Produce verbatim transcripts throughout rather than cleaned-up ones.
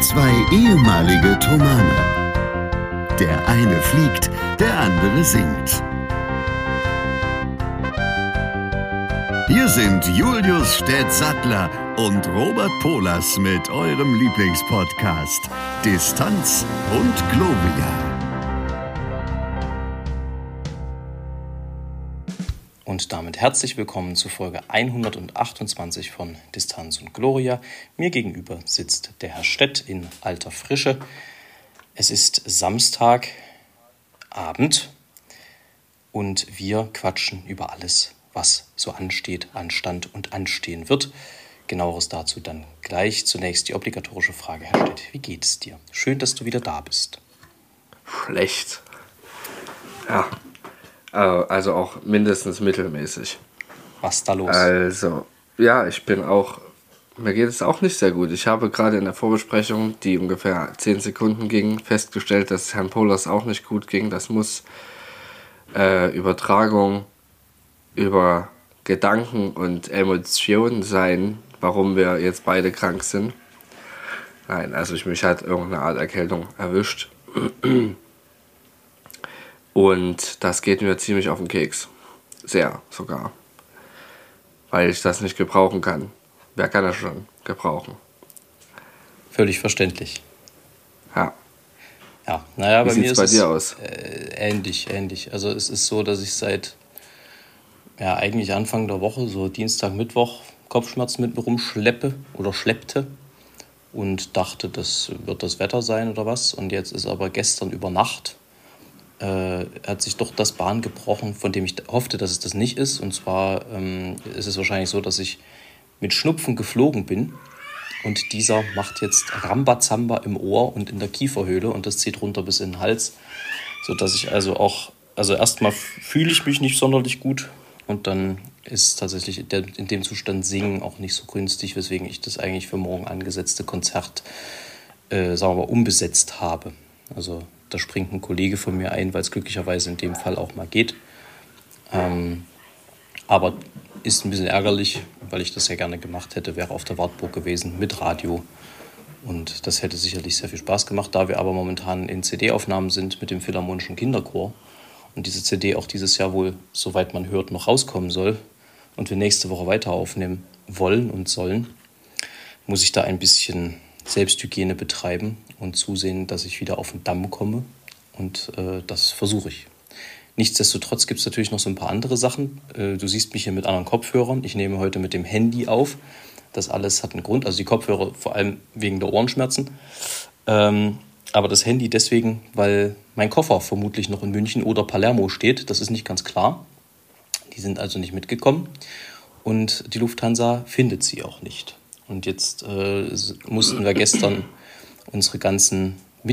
Zwei ehemalige Tomane. Der eine fliegt, der andere singt. Hier sind Julius Städtsattler und Robert Polas mit eurem Lieblingspodcast Distanz und Gloria. Und damit herzlich willkommen zu Folge hundertachtundzwanzig von Distanz und Gloria. Mir gegenüber sitzt der Herr Städt in alter Frische. Es ist Samstagabend und wir quatschen über alles, was so ansteht, anstand und anstehen wird. Genaueres dazu dann gleich. Zunächst die obligatorische Frage, Herr Städt. Wie geht es dir? Schön, dass du wieder da bist. Schlecht. Ja. Also auch mindestens mittelmäßig. Was ist da los? Also, ja, ich bin auch, mir geht es auch nicht sehr gut. Ich habe gerade in der Vorbesprechung, die ungefähr zehn Sekunden ging, festgestellt, dass es Herrn Polas auch nicht gut ging. Das muss äh, Übertragung über Gedanken und Emotionen sein, warum wir jetzt beide krank sind. Nein, also ich mich hat irgendeine Art Erkältung erwischt. Und das geht mir ziemlich auf den Keks. Sehr sogar. Weil ich das nicht gebrauchen kann. Wer kann das schon gebrauchen? Völlig verständlich. Ja. Ja, naja, bei Wie mir sieht's ist bei dir es aus? Äh, ähnlich, ähnlich. Also es ist so, dass ich seit ja, eigentlich Anfang der Woche, so Dienstag, Mittwoch, Kopfschmerzen mit mir rumschleppe oder schleppte und dachte, das wird das Wetter sein oder was. Und jetzt ist aber gestern über Nacht Äh, hat sich doch das Bahn gebrochen, von dem ich hoffte, dass es das nicht ist. Und zwar ähm, ist es wahrscheinlich so, dass ich mit Schnupfen geflogen bin. Und dieser macht jetzt Rambazamba im Ohr und in der Kieferhöhle. Und das zieht runter bis in den Hals. Sodass ich also auch, also erstmal fühle ich mich nicht sonderlich gut. Und dann ist tatsächlich in, der, in dem Zustand Singen auch nicht so günstig, weswegen ich das eigentlich für morgen angesetzte Konzert, äh, sagen wir mal, umbesetzt habe. Also da springt ein Kollege von mir ein, weil es glücklicherweise in dem Fall auch mal geht. Ähm, aber ist ein bisschen ärgerlich, weil ich das ja gerne gemacht hätte, wäre auf der Wartburg gewesen mit Radio. Und das hätte sicherlich sehr viel Spaß gemacht, da wir aber momentan in C D-Aufnahmen sind mit dem Philharmonischen Kinderchor und diese C D auch dieses Jahr wohl, soweit man hört, noch rauskommen soll und wir nächste Woche weiter aufnehmen wollen und sollen, muss ich da ein bisschen Selbsthygiene betreiben und zusehen, dass ich wieder auf den Damm komme. Und äh, das versuche ich. Nichtsdestotrotz gibt es natürlich noch so ein paar andere Sachen. Äh, du siehst mich hier mit anderen Kopfhörern. Ich nehme heute mit dem Handy auf. Das alles hat einen Grund. Also die Kopfhörer vor allem wegen der Ohrenschmerzen. Ähm, aber das Handy deswegen, weil mein Koffer vermutlich noch in München oder Palermo steht. Das ist nicht ganz klar. Die sind also nicht mitgekommen. Und die Lufthansa findet sie auch nicht. Und jetzt äh, mussten wir gestern unsere ganzen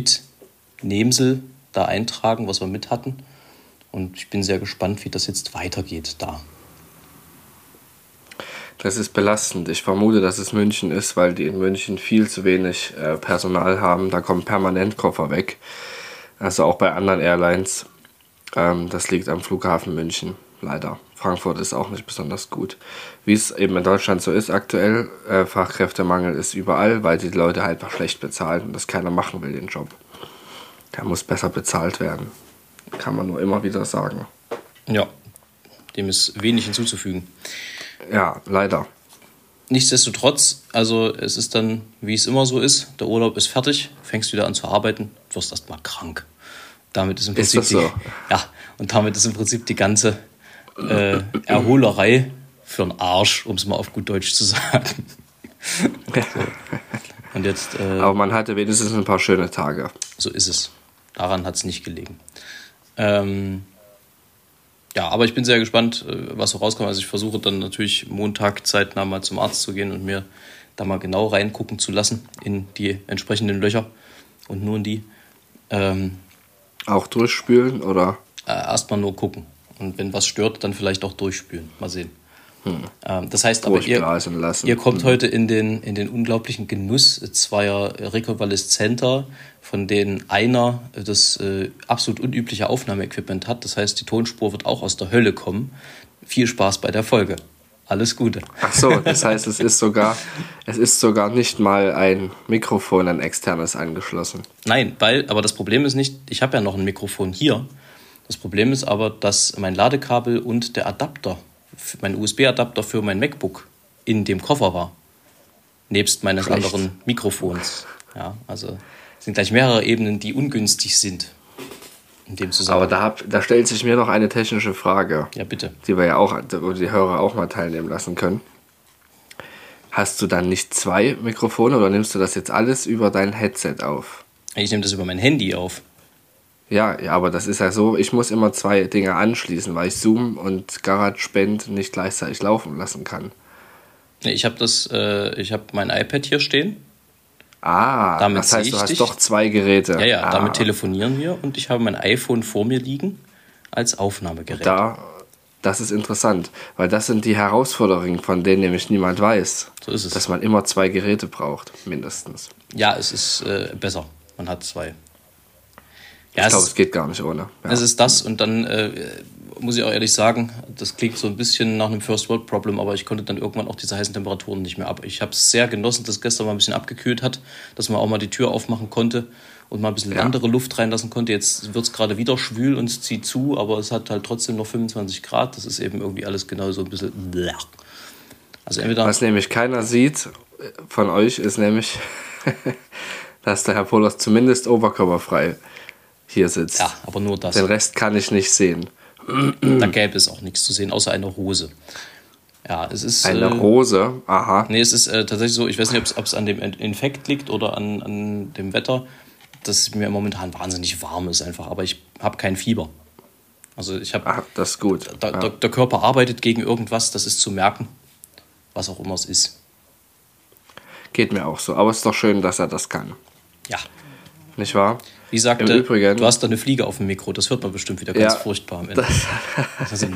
Mitnehmsel da eintragen, was wir mit hatten. Und ich bin sehr gespannt, wie das jetzt weitergeht da. Das ist belastend. Ich vermute, dass es München ist, weil die in München viel zu wenig äh, Personal haben. Da kommen permanent Koffer weg. Also auch bei anderen Airlines. Ähm, das liegt am Flughafen München, leider. Frankfurt ist auch nicht besonders gut. Wie es eben in Deutschland so ist aktuell, äh, Fachkräftemangel ist überall, weil die Leute halt einfach schlecht bezahlen und das keiner machen will, den Job. Der muss besser bezahlt werden. Kann man nur immer wieder sagen. Ja, dem ist wenig hinzuzufügen. Ja, leider. Nichtsdestotrotz, also es ist dann, wie es immer so ist, der Urlaub ist fertig, fängst wieder an zu arbeiten, wirst erstmal krank. Damit ist im Prinzip ist das so? die, ja, und damit ist im Prinzip die ganze Äh, Erholerei für den Arsch, um es mal auf gut Deutsch zu sagen. So. Und jetzt, äh, aber man hatte wenigstens ein paar schöne Tage. So ist es. Daran hat es nicht gelegen. Ähm, ja, aber ich bin sehr gespannt, was so rauskommt. Also ich versuche dann natürlich Montag zeitnah mal zum Arzt zu gehen und mir da mal genau reingucken zu lassen in die entsprechenden Löcher und nur in die. Ähm, Auch durchspülen oder? Äh, Erstmal nur gucken. Und wenn was stört, dann vielleicht auch durchspülen. Mal sehen. Hm. Ähm, das heißt aber, ihr, ihr kommt hm. heute in den, in den unglaublichen Genuss zweier Rekonvaleszenter, von denen einer das äh, absolut unübliche Aufnahmeequipment hat. Das heißt, die Tonspur wird auch aus der Hölle kommen. Viel Spaß bei der Folge. Alles Gute. Ach so, das heißt, es ist sogar, es ist sogar nicht mal ein Mikrofon, ein externes angeschlossen. Nein, weil, aber das Problem ist nicht, ich habe ja noch ein Mikrofon hier. Das Problem ist aber, dass mein Ladekabel und der Adapter, mein U S B-Adapter für mein MacBook in dem Koffer war. Nebst meines Schlecht. anderen Mikrofons. Ja, also es sind gleich mehrere Ebenen, die ungünstig sind. In dem Zusammenhang. Aber da, hab, da stellt sich mir noch eine technische Frage. Ja, bitte. Die wir ja auch, wo die Hörer auch mal teilnehmen lassen können. Hast du dann nicht zwei Mikrofone oder nimmst du das jetzt alles über dein Headset auf? Ich nehme das über mein Handy auf. Ja, ja, aber das ist ja so, ich muss immer zwei Dinge anschließen, weil ich Zoom und GarageBand nicht gleichzeitig laufen lassen kann. Ich habe das, äh, ich habe mein iPad hier stehen. Ah, Damit das heißt, sehe du ich hast dich. doch zwei Geräte. Ja, ja, ah, damit telefonieren wir und ich habe mein iPhone vor mir liegen als Aufnahmegerät. Da, das ist interessant, weil das sind die Herausforderungen, von denen nämlich niemand weiß. So ist es. Dass man immer zwei Geräte braucht, mindestens. Ja, es ist äh, besser. Man hat zwei. Ja, Ich es, glaube, ist, es geht gar nicht ohne. Ja. es ist das und dann äh, muss ich auch ehrlich sagen, das klingt so ein bisschen nach einem First World Problem, aber ich konnte dann irgendwann auch diese heißen Temperaturen nicht mehr ab. Ich habe es sehr genossen, dass es gestern mal ein bisschen abgekühlt hat, dass man auch mal die Tür aufmachen konnte und mal ein bisschen Ja. andere Luft reinlassen konnte. Jetzt wird es gerade wieder schwül und es zieht zu, aber es hat halt trotzdem noch fünfundzwanzig Grad. Das ist eben irgendwie alles genau so ein bisschen... Also entweder... Was nämlich keiner sieht von euch, ist nämlich, dass der Herr Pohlers zumindest oberkörperfrei hier sitzt. Ja, aber nur das. Den Rest kann ich nicht sehen. Da gäbe es auch nichts zu sehen, außer eine Hose. Ja, es ist... Eine äh, Rose, aha. Nee, es ist äh, tatsächlich so, ich weiß nicht, ob es an dem Infekt liegt oder an, an dem Wetter, dass mir momentan wahnsinnig warm ist einfach, aber ich habe kein Fieber. Also ich habe... Ach, das ist gut. Der, Ja. der, der Körper arbeitet gegen irgendwas, das ist zu merken, was auch immer es ist. Geht mir auch so. Aber es ist doch schön, dass er das kann. Ja, Nicht wahr? wie sagte, Im Übrigen- du hast da eine Fliege auf dem Mikro, das hört man bestimmt wieder ganz Ja, furchtbar am Ende. Also,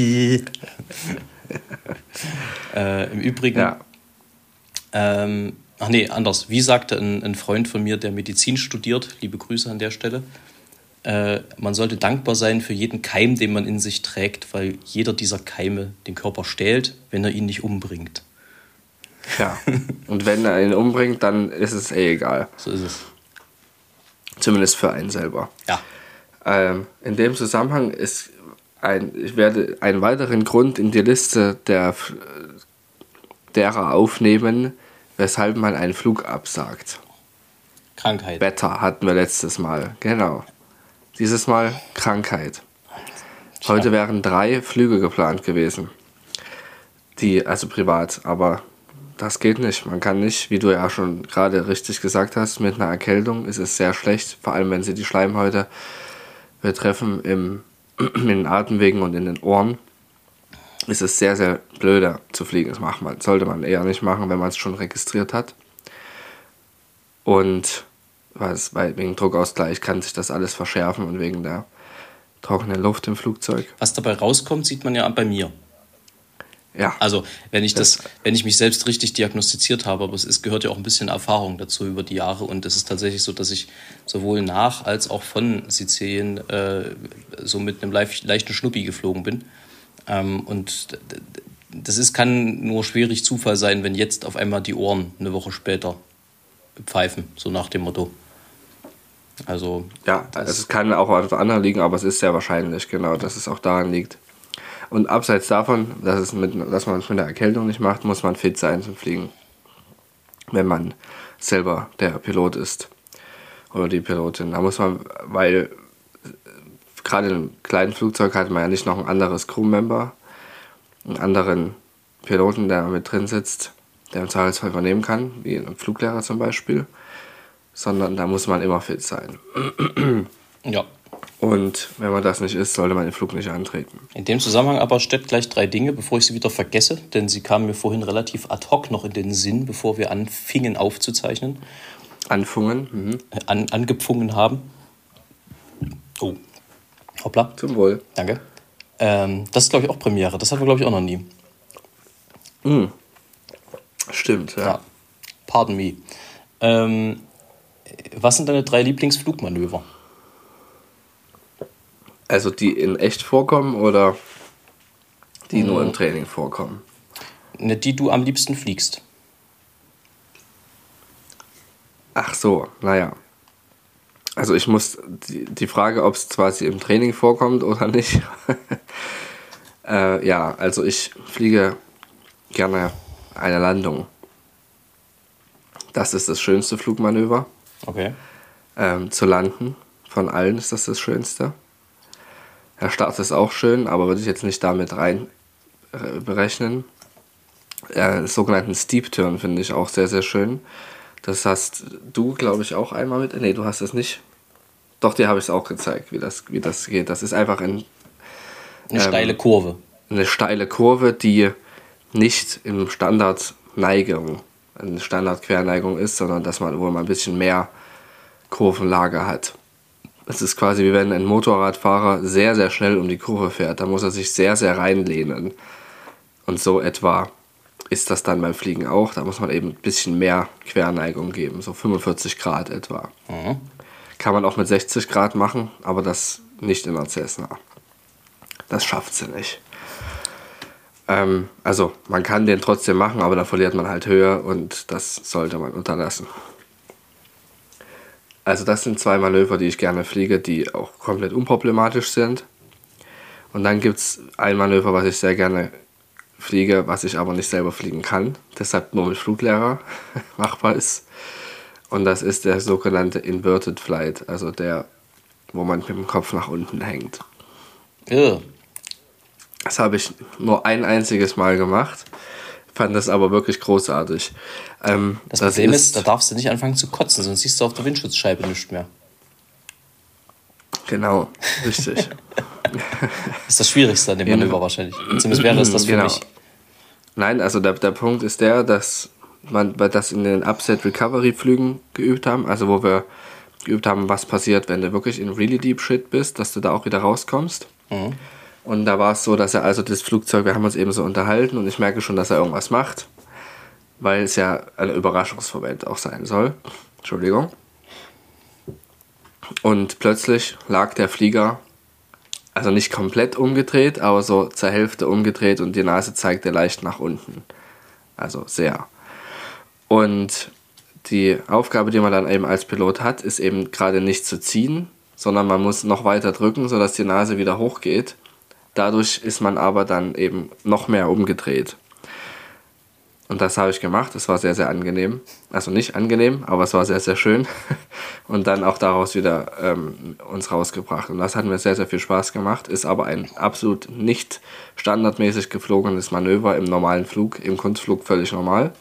äh, Im Übrigen... Ja. Ähm, ach nee, anders. Wie sagte ein, ein Freund von mir, der Medizin studiert, liebe Grüße an der Stelle, äh, man sollte dankbar sein für jeden Keim, den man in sich trägt, weil jeder dieser Keime den Körper stählt, wenn er ihn nicht umbringt. Ja. Und wenn er ihn umbringt, dann ist es eh egal. So ist es. Zumindest für einen selber. Ja. Ähm, in dem Zusammenhang ist ein, ich werde einen weiteren Grund in die Liste der, derer aufnehmen, weshalb man einen Flug absagt. Krankheit. Wetter hatten wir letztes Mal, genau. Dieses Mal Krankheit. Heute wären drei Flüge geplant gewesen. Die, also privat, aber das geht nicht. Man kann nicht, wie du ja schon gerade richtig gesagt hast, mit einer Erkältung ist es sehr schlecht, vor allem wenn sie die Schleimhäute betreffen im, in den Atemwegen und in den Ohren, ist es sehr, sehr blöder zu fliegen. Das macht man, sollte man eher nicht machen, wenn man es schon registriert hat. Und was, weil wegen Druckausgleich kann sich das alles verschärfen und wegen der trockenen Luft im Flugzeug. Was dabei rauskommt, sieht man ja bei mir. Ja, Also, wenn ich das, wenn ich mich selbst richtig diagnostiziert habe, aber es ist, gehört ja auch ein bisschen Erfahrung dazu über die Jahre und es ist tatsächlich so, dass ich sowohl nach als auch von Sizilien äh, so mit einem leicht, leichten Schnuppi geflogen bin. Ähm, und das ist, kann nur schwierig Zufall sein, wenn jetzt auf einmal die Ohren eine Woche später pfeifen, so nach dem Motto. Also, ja, also es kann auch an anderen liegen, aber es ist sehr wahrscheinlich, genau, dass es auch daran liegt. Und abseits davon, dass, es mit, dass man es mit der Erkältung nicht macht, muss man fit sein zum Fliegen. Wenn man selber der Pilot ist. Oder die Pilotin. Da muss man, weil gerade in einem kleinen Flugzeug hat man ja nicht noch ein anderes Crewmember, einen anderen Piloten, der mit drin sitzt, der im Zweifelsfall übernehmen kann, wie ein Fluglehrer zum Beispiel. Sondern da muss man immer fit sein. ja. Und wenn man das nicht ist, sollte man den Flug nicht antreten. In dem Zusammenhang aber steht gleich drei Dinge, bevor ich sie wieder vergesse, denn sie kamen mir vorhin relativ ad hoc noch in den Sinn, bevor wir anfingen aufzuzeichnen. Anfungen. Mhm. An, angepfungen haben. Oh, hoppla. Zum Wohl. Danke. Ähm, das ist, glaube ich, auch Premiere. Das hatten wir, glaube ich, auch noch nie. Mhm. Stimmt, ja. Ja. Pardon me. Ähm, was sind deine drei Lieblingsflugmanöver? Also die in echt vorkommen oder die Mhm. nur im Training vorkommen? ne, die du am liebsten fliegst. Ach so, naja. Also ich muss die, die Frage, ob es quasi im Training vorkommt oder nicht. äh, ja, also ich fliege gerne eine Landung. Das ist das schönste Flugmanöver. Okay. Ähm, zu landen, von allen ist das das Schönste. Der Start ist auch schön, aber würde ich jetzt nicht damit rein äh, berechnen. Äh, sogenannten Steep Turn finde ich auch sehr, sehr schön. Das hast du, glaube ich, auch einmal mit. Nee, du hast es nicht. Doch, dir habe ich es auch gezeigt, wie das, wie das geht. Das ist einfach ein, eine ähm, steile Kurve. Eine steile Kurve, die nicht im Standard Neigung, eine Standard-Querneigung ist, sondern dass man wohl mal ein bisschen mehr Kurvenlage hat. Es ist quasi wie wenn ein Motorradfahrer sehr, sehr schnell um die Kurve fährt. Da muss er sich sehr, sehr reinlehnen. Und so etwa ist das dann beim Fliegen auch. Da muss man eben ein bisschen mehr Querneigung geben, so fünfundvierzig Grad etwa. Mhm. Kann man auch mit sechzig Grad machen, aber das nicht in der Cessna. Das schafft sie nicht. Ähm, also man kann den trotzdem machen, aber dann verliert man halt Höhe und das sollte man unterlassen. Also das sind zwei Manöver, die ich gerne fliege, die auch komplett unproblematisch sind. Und dann gibt es ein Manöver, was ich sehr gerne fliege, was ich aber nicht selber fliegen kann, deshalb nur mit Fluglehrer machbar ist. Und das ist der sogenannte Inverted Flight, also der, wo man mit dem Kopf nach unten hängt. Ja. Das habe ich nur ein einziges Mal gemacht, fand das aber wirklich großartig. Ähm, das Problem das ist, ist, da darfst du nicht anfangen zu kotzen, sonst siehst du auf der Windschutzscheibe nichts mehr. Genau, richtig. Das ist das Schwierigste an dem Manöver wahrscheinlich. Zumindest wäre es das für genau. mich. Nein, also der, der Punkt ist der, dass man das in den Upset-Recovery-Flügen geübt haben, also wo wir geübt haben, was passiert, wenn du wirklich in really deep shit bist, dass du da auch wieder rauskommst. Mhm. Und da war es so, dass er also das Flugzeug, wir haben uns eben so unterhalten und ich merke schon, dass er irgendwas macht, weil es ja ein Überraschungsmoment auch sein soll. Entschuldigung. Und plötzlich lag der Flieger, also nicht komplett umgedreht, aber so zur Hälfte umgedreht und die Nase zeigte leicht nach unten. Also sehr. Und die Aufgabe, die man dann eben als Pilot hat, ist eben gerade nicht zu ziehen, sondern man muss noch weiter drücken, sodass die Nase wieder hochgeht. Dadurch ist man aber dann eben noch mehr umgedreht. Und das habe ich gemacht. Das war sehr, sehr angenehm. Also nicht angenehm, aber es war sehr, sehr schön. Und dann auch daraus wieder ähm, uns rausgebracht. Und das hat mir sehr, sehr viel Spaß gemacht. Ist aber ein absolut nicht standardmäßig geflogenes Manöver im normalen Flug. Im Kunstflug völlig normal.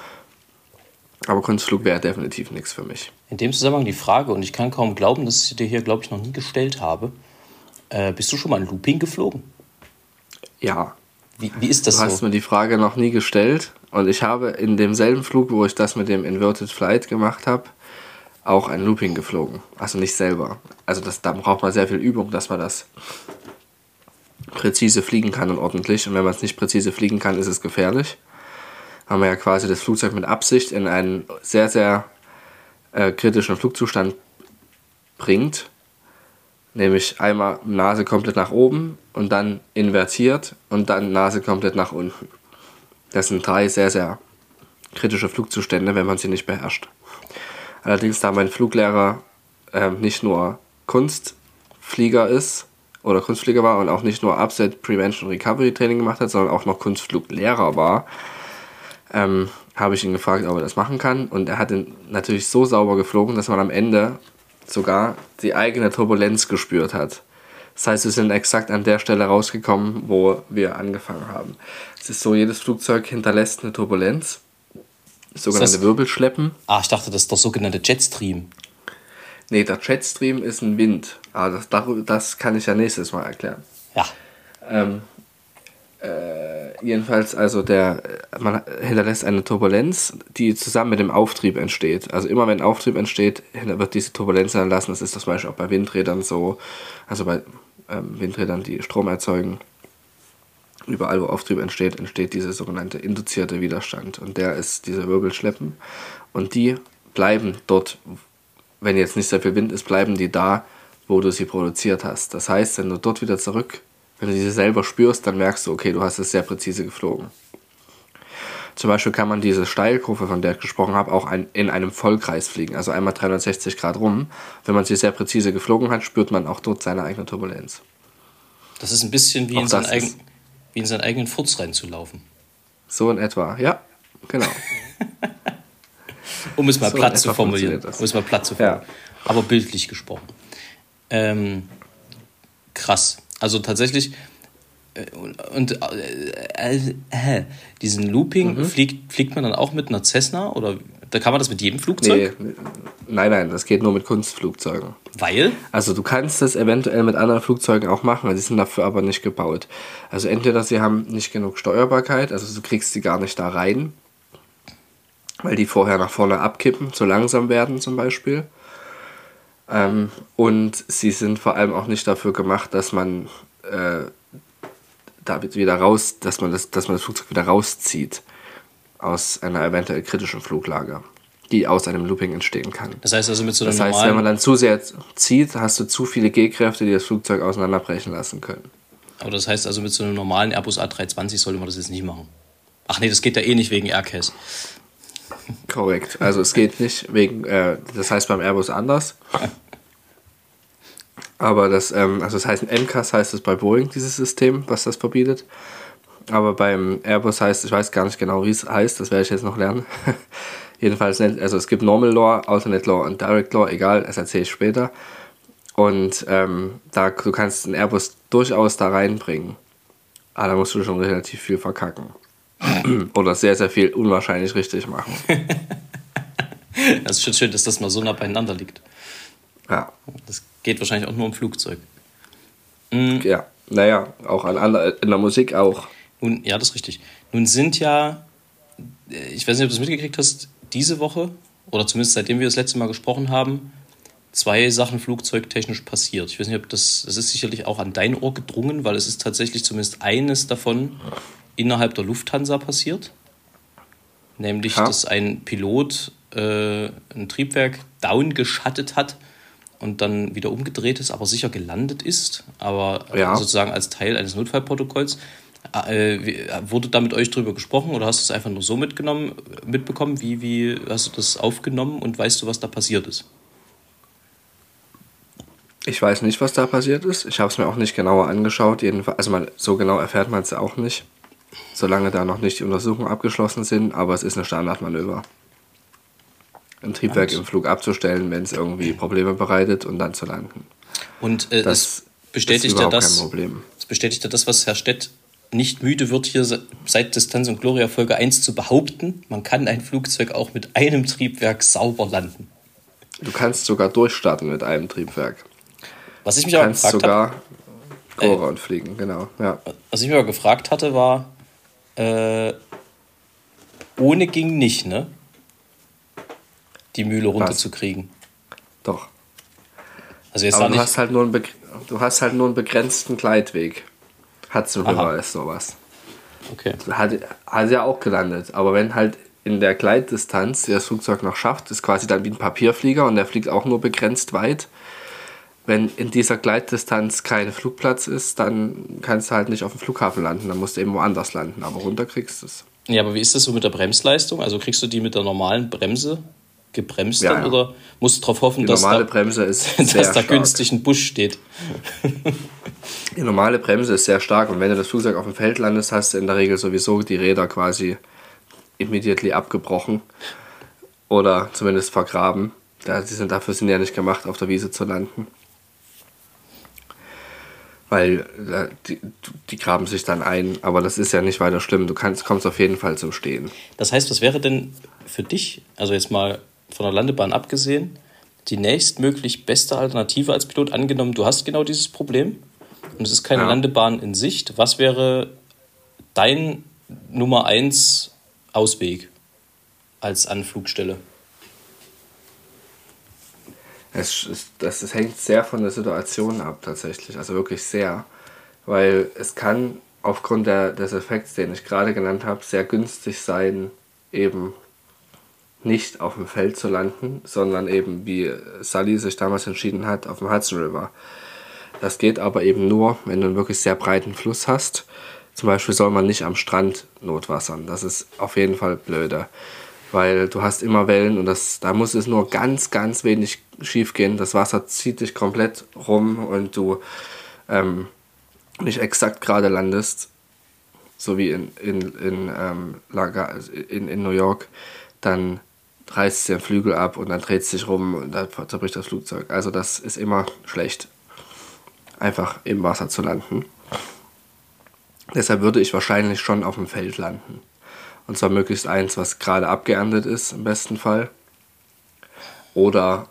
Aber Kunstflug wäre definitiv nichts für mich. In dem Zusammenhang die Frage, und ich kann kaum glauben, dass ich dir hier, glaube ich, noch nie gestellt habe. Äh, bist du schon mal ein Looping geflogen? Ja. Wie, wie ist das so? Du hast mir die Frage noch nie gestellt. Und ich habe in demselben Flug, wo ich das mit dem Inverted Flight gemacht habe, auch ein Looping geflogen. Also nicht selber. Also das, da braucht man sehr viel Übung, dass man das präzise fliegen kann und ordentlich. Und wenn man es nicht präzise fliegen kann, ist es gefährlich. Haben wir ja quasi das Flugzeug mit Absicht in einen sehr, sehr äh, kritischen Flugzustand bringt. Nämlich einmal Nase komplett nach oben und dann invertiert und dann Nase komplett nach unten. Das sind drei sehr, sehr kritische Flugzustände, wenn man sie nicht beherrscht. Allerdings, da mein Fluglehrer äh, nicht nur Kunstflieger ist oder Kunstflieger war und auch nicht nur Upset Prevention Recovery Training gemacht hat, sondern auch noch Kunstfluglehrer war, ähm, habe ich ihn gefragt, ob er das machen kann. Und er hat ihn natürlich so sauber geflogen, dass man am Ende sogar die eigene Turbulenz gespürt hat. Das heißt, wir sind exakt an der Stelle rausgekommen, wo wir angefangen haben. Es ist so, jedes Flugzeug hinterlässt eine Turbulenz, sogenannte Wirbelschleppen. Ah, ich dachte, das ist der sogenannte Jetstream. Nee, der Jetstream ist ein Wind. Aber das, das kann ich ja nächstes Mal erklären. Ja. Ähm, äh, jedenfalls, also der, man hinterlässt eine Turbulenz, die zusammen mit dem Auftrieb entsteht. Also immer wenn Auftrieb entsteht, wird diese Turbulenz hinterlassen. Das ist zum Beispiel auch bei Windrädern so. Also bei ähm, Windrädern, die Strom erzeugen. Überall, wo Auftrieb entsteht, entsteht dieser sogenannte induzierte Widerstand. Und der ist diese Wirbelschleppen. Und die bleiben dort, wenn jetzt nicht sehr viel Wind ist, bleiben die da, wo du sie produziert hast. Das heißt, wenn du dort wieder zurück, wenn du diese selber spürst, dann merkst du, okay, du hast es sehr präzise geflogen. Zum Beispiel kann man diese Steilkurve, von der ich gesprochen habe, auch ein, in einem Vollkreis fliegen, also einmal dreihundertsechzig Grad rum. Wenn man sie sehr präzise geflogen hat, spürt man auch dort seine eigene Turbulenz. Das ist ein bisschen wie, in seinen, eigen, wie in seinen eigenen Furz reinzulaufen. So in etwa, ja, genau. um es mal so platt zu formulieren. Um es mal platt zu formulieren. Ja. Aber bildlich gesprochen. Ähm, krass. Also tatsächlich, äh, und äh, äh, diesen Looping mhm. fliegt, fliegt man dann auch mit einer Cessna? Oder da kann man das mit jedem Flugzeug? Nee, nein, nein, das geht nur mit Kunstflugzeugen. Weil? Also du kannst das eventuell mit anderen Flugzeugen auch machen, sie sind dafür aber nicht gebaut. Also entweder sie haben nicht genug Steuerbarkeit, also du kriegst sie gar nicht da rein, weil die vorher nach vorne abkippen, zu langsam werden zum Beispiel. Ähm, und sie sind vor allem auch nicht dafür gemacht, dass man äh, da wieder raus, dass man das, dass man das Flugzeug wieder rauszieht aus einer eventuell kritischen Fluglage, die aus einem Looping entstehen kann. Das heißt also mit so einem Das heißt, normalen... wenn man dann zu sehr zieht, hast du zu viele G-Kräfte, die das Flugzeug auseinanderbrechen lassen können. Aber das heißt also mit so einem normalen Airbus A drei zwanzig sollte man das jetzt nicht machen. Ach nee, das geht ja eh nicht wegen Air C A S. Korrekt, also es geht nicht wegen, äh, das heißt beim Airbus anders. Aber das, ähm, also das heißt, in M C A S heißt es bei Boeing, dieses System, was das verbietet. Aber beim Airbus heißt, ich weiß gar nicht genau, wie es heißt, das werde ich jetzt noch lernen. Jedenfalls, also es gibt Normal Law, Alternate Law und Direct Law, egal, das erzähle ich später. Und ähm, da, du kannst einen Airbus durchaus da reinbringen. Aber da musst du schon relativ viel verkacken. Oder sehr, sehr viel unwahrscheinlich richtig machen. Das ist schon schön, dass das mal so nah beieinander liegt. Ja. Das geht wahrscheinlich auch nur im Flugzeug. Mhm. Ja, naja, auch an ander, in der Musik auch. Nun, ja, das ist richtig. Nun sind ja, ich weiß nicht, ob du es mitgekriegt hast, diese Woche, oder zumindest seitdem wir das letzte Mal gesprochen haben, zwei Sachen flugzeugtechnisch passiert. Ich weiß nicht, ob das, das ist sicherlich auch an dein Ohr gedrungen, weil es ist tatsächlich zumindest eines davon innerhalb der Lufthansa passiert. Nämlich, ja. dass ein Pilot äh, ein Triebwerk down geschattet hat und dann wieder umgedreht ist, aber sicher gelandet ist, aber ja. sozusagen als Teil eines Notfallprotokolls. Äh, wurde da mit euch drüber gesprochen oder hast du es einfach nur so mitgenommen, mitbekommen? Wie, wie hast du das aufgenommen und weißt du, was da passiert ist? Ich weiß nicht, was da passiert ist. Ich habe es mir auch nicht genauer angeschaut. Jedenfalls, also man, so genau erfährt man es ja auch nicht, solange da noch nicht die Untersuchungen abgeschlossen sind. Aber es ist eine Standardmanöver. Ein Triebwerk und? im Flug abzustellen, wenn es irgendwie Probleme bereitet und dann zu landen. Und äh, das bestätigt ja das, das bestätigt ja das, was Herr Stett nicht müde wird, hier seit Distanz und Gloria Folge eins zu behaupten. Man kann ein Flugzeug auch mit einem Triebwerk sauber landen. Du kannst sogar durchstarten mit einem Triebwerk. Was ich mich aber gefragt habe... sogar Go Round fliegen, genau. Ja. Was ich mich aber gefragt hatte, war, äh, ohne ging nicht, ne? Die Mühle runterzukriegen. Doch. Also jetzt aber nicht du, hast halt nur einen du hast halt nur einen begrenzten Gleitweg. Hudson River ist sowas. Okay. Hat, hat ja auch gelandet. Aber wenn halt in der Gleitdistanz das Flugzeug noch schafft, ist quasi dann wie ein Papierflieger und der fliegt auch nur begrenzt weit. Wenn in dieser Gleitdistanz kein Flugplatz ist, dann kannst du halt nicht auf dem Flughafen landen. Dann musst du eben woanders landen. Aber runter kriegst du es. Ja, aber wie ist das so mit der Bremsleistung? Also kriegst du die mit der normalen Bremse gebremst ja, dann? ja. Oder musst du darauf hoffen, die dass normale da, Bremse ist dass sehr da stark. günstig ein Busch steht? Die normale Bremse ist sehr stark. Und wenn du das Flugzeug auf dem Feld landest, hast du in der Regel sowieso die Räder quasi immediately abgebrochen. Oder zumindest vergraben. Die sind, dafür sind die ja nicht gemacht, auf der Wiese zu landen. Weil die, die graben sich dann ein, aber das ist ja nicht weiter schlimm. Du kannst, kommst auf jeden Fall zum Stehen. Das heißt, was wäre denn für dich, also jetzt mal von der Landebahn abgesehen, die nächstmöglich beste Alternative als Pilot, angenommen, du hast genau dieses Problem und es ist keine ja. Landebahn in Sicht. Was wäre dein Nummer eins Ausweg als Anflugstelle? Es, es, das, es hängt sehr von der Situation ab tatsächlich, also wirklich sehr, weil es kann aufgrund der, des Effekts, den ich gerade genannt habe, sehr günstig sein, eben nicht auf dem Feld zu landen, sondern eben, wie Sully sich damals entschieden hat, auf dem Hudson River. Das geht aber eben nur, wenn du einen wirklich sehr breiten Fluss hast, Zum Beispiel soll man nicht am Strand notwassern. Das ist auf jeden Fall blöder. Weil du hast immer Wellen und das, da muss es nur ganz, ganz wenig schief gehen. Das Wasser zieht dich komplett rum und du ähm, nicht exakt gerade landest, so wie in, in, in, ähm, Lager, in, in New York, dann reißt dir den Flügel ab und dann dreht es sich rum und dann zerbricht das Flugzeug. Also das ist immer schlecht, einfach im Wasser zu landen. Deshalb würde ich wahrscheinlich schon auf dem Feld landen. Und zwar möglichst eins, was gerade abgeerntet ist, im besten Fall. Oder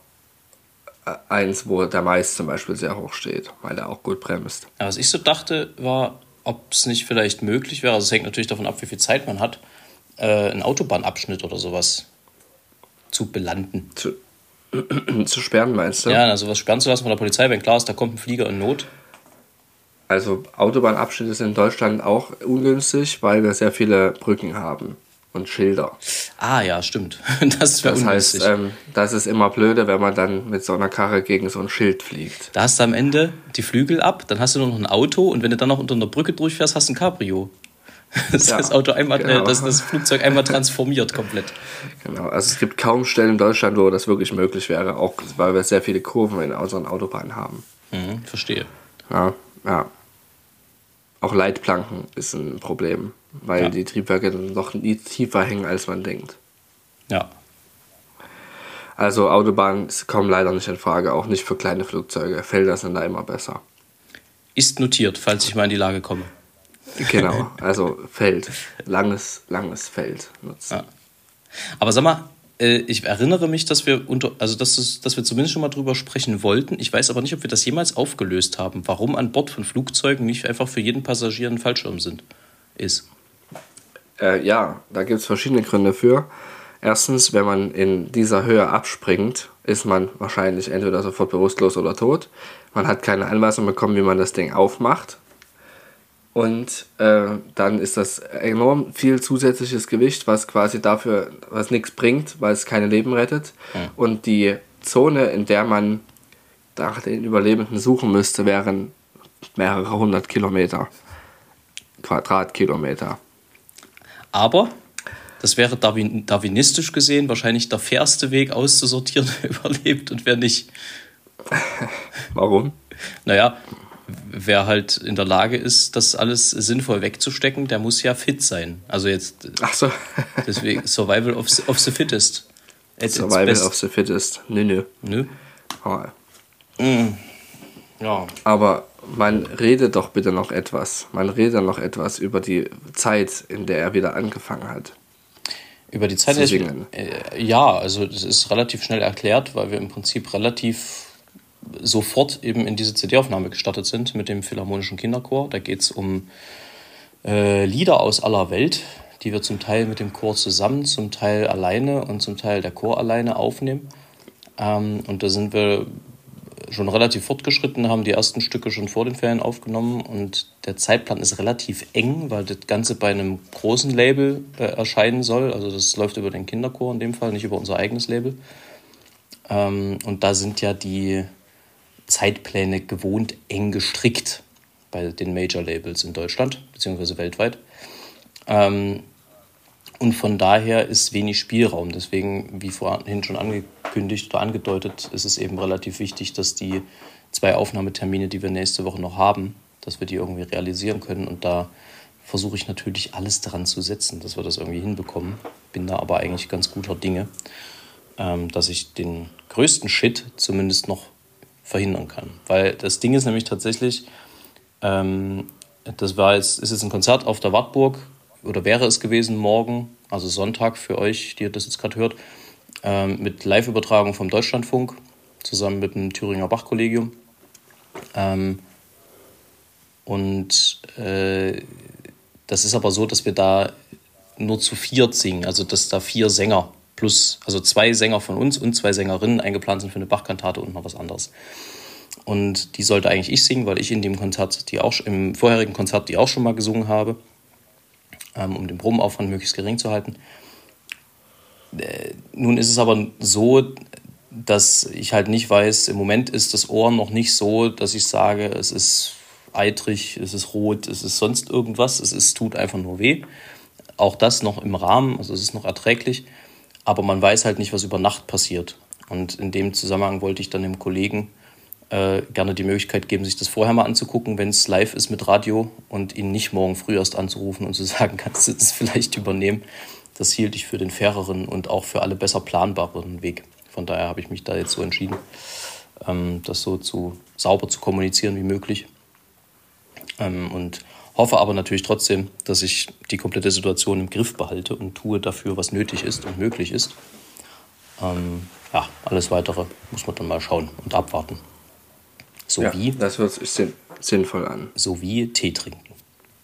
eins, wo der Mais zum Beispiel sehr hoch steht, weil der auch gut bremst. Ja, was ich so dachte, war, ob es nicht vielleicht möglich wäre, also es hängt natürlich davon ab, wie viel Zeit man hat, äh, einen Autobahnabschnitt oder sowas zu belanden. Zu, zu sperren, meinst du? Ja, also was sperren zu lassen von der Polizei, wenn klar ist, da kommt ein Flieger in Not. Also Autobahnabschnitte sind in Deutschland auch ungünstig, weil wir sehr viele Brücken haben und Schilder. Ah ja, stimmt. Das wäre Das ungünstig. heißt, ähm, das ist immer blöde, wenn man dann mit so einer Karre gegen so ein Schild fliegt. Da hast du am Ende die Flügel ab, dann hast du nur noch ein Auto und wenn du dann noch unter einer Brücke durchfährst, hast du ein Cabrio. Das Ja, das Auto einmal, genau. äh, das, das Flugzeug einmal transformiert komplett. Genau, also es gibt kaum Stellen in Deutschland, wo das wirklich möglich wäre, auch weil wir sehr viele Kurven in unseren Autobahnen haben. Mhm, verstehe. Ja, ja. Auch Leitplanken ist ein Problem, weil Ja. die Triebwerke dann doch nie tiefer hängen, als man denkt. Ja. Also Autobahnen kommen leider nicht in Frage, auch nicht für kleine Flugzeuge. Felder sind da immer besser. Ist notiert, falls ich mal in die Lage komme. Genau, also Feld, langes, langes Feld nutzen. Ja. Aber sag mal, äh, ich erinnere mich, dass wir unter, also dass, es, dass wir zumindest schon mal drüber sprechen wollten. Ich weiß aber nicht, ob wir das jemals aufgelöst haben, warum an Bord von Flugzeugen nicht einfach für jeden Passagier ein Fallschirm sind, ist. Äh, ja, da gibt es verschiedene Gründe für. Erstens, wenn man in dieser Höhe abspringt, ist man wahrscheinlich entweder sofort bewusstlos oder tot. Man hat keine Anweisung bekommen, wie man das Ding aufmacht. Und äh, dann ist das enorm viel zusätzliches Gewicht, was quasi dafür, was nichts bringt, weil es keine Leben rettet. Ja. Und die Zone, in der man nach den Überlebenden suchen müsste, wären mehrere hundert Kilometer, Quadratkilometer. Aber das wäre darwin, darwinistisch gesehen wahrscheinlich der fairste Weg auszusortieren, wer überlebt und wer nicht. Warum? Naja, wer halt in der Lage ist, das alles sinnvoll wegzustecken, der muss ja fit sein. Also jetzt, Ach so. deswegen Survival of, of the Fittest. At its Survival best. of the Fittest. Nö, nö. Nö. Oh. Ja. Aber man redet doch bitte noch etwas. Man redet noch etwas über die Zeit, in der er wieder angefangen hat. Über die Zeit Zu ich, singen. äh, ja, also das ist relativ schnell erklärt, weil wir im Prinzip relativ sofort eben in diese C D-Aufnahme gestartet sind mit dem Philharmonischen Kinderchor. Da geht es um äh, Lieder aus aller Welt, die wir zum Teil mit dem Chor zusammen, zum Teil alleine und zum Teil der Chor alleine aufnehmen. Ähm, und da sind wir schon relativ fortgeschritten, haben die ersten Stücke schon vor den Ferien aufgenommen und der Zeitplan ist relativ eng, weil das Ganze bei einem großen Label äh, erscheinen soll. Also das läuft über den Kinderchor in dem Fall, nicht über unser eigenes Label. Ähm, und da sind ja die Zeitpläne gewohnt eng gestrickt bei den Major-Labels in Deutschland, beziehungsweise weltweit. Ähm, und von daher ist wenig Spielraum. Deswegen, wie vorhin schon angekündigt oder angedeutet, ist es eben relativ wichtig, dass die zwei Aufnahmetermine, die wir nächste Woche noch haben, dass wir die irgendwie realisieren können. Und da versuche ich natürlich alles daran zu setzen, dass wir das irgendwie hinbekommen. Bin da aber eigentlich ganz guter Dinge, ähm, dass ich den größten Shit zumindest noch verhindern kann. Weil das Ding ist nämlich tatsächlich, ähm, das war jetzt, ist jetzt ein Konzert auf der Wartburg, oder wäre es gewesen morgen, also Sonntag für euch, die ihr das jetzt gerade hört, ähm, mit Live-Übertragung vom Deutschlandfunk, zusammen mit dem Thüringer Bach-Kollegium. Ähm, und äh, das ist aber so, dass wir da nur zu viert singen, also dass da vier Sänger plus, also zwei Sänger von uns und zwei Sängerinnen eingeplant sind für eine Bach-Kantate und noch was anderes. Und die sollte eigentlich ich singen, weil ich in dem Konzert, die auch im vorherigen Konzert, die auch schon mal gesungen habe, ähm, um den Probenaufwand möglichst gering zu halten. Äh, nun ist es aber so, dass ich halt nicht weiß, im Moment ist das Ohr noch nicht so, dass ich sage, es ist eitrig, es ist rot, es ist sonst irgendwas, es ist, tut einfach nur weh. Auch das noch im Rahmen, also es ist noch erträglich, aber man weiß halt nicht, was über Nacht passiert. Und in dem Zusammenhang wollte ich dann dem Kollegen äh, gerne die Möglichkeit geben, sich das vorher mal anzugucken, wenn es live ist mit Radio, und ihn nicht morgen früh erst anzurufen und zu sagen, kannst du das vielleicht übernehmen. Das hielt ich für den faireren und auch für alle besser planbaren Weg. Von daher habe ich mich da jetzt so entschieden, ähm, das so zu sauber zu kommunizieren wie möglich. Ähm, und hoffe aber natürlich trotzdem, dass ich die komplette Situation im Griff behalte und tue dafür, was nötig ist und möglich ist. Ähm, ja, alles Weitere muss man dann mal schauen und abwarten. So ja, wie, das hört sich sinn- sinnvoll an. So wie Tee trinken.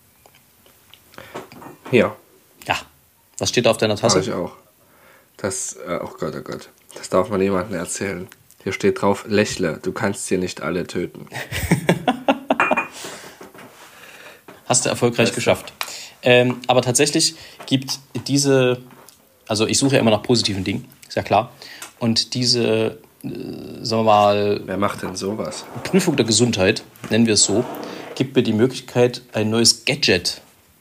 Ja. Ja, was steht da auf deiner Tasse? Habe ich auch. Das, äh, oh Gott, oh Gott. Das darf man niemandem erzählen. Hier steht drauf, lächle, du kannst hier nicht alle töten. Hast du erfolgreich geschafft. Ähm, aber tatsächlich gibt diese, also ich suche ja immer nach positiven Dingen, ist ja klar. Und diese, äh, sagen wir mal, Wer macht denn sowas? Prüfung der Gesundheit, nennen wir es so, gibt mir die Möglichkeit, ein neues Gadget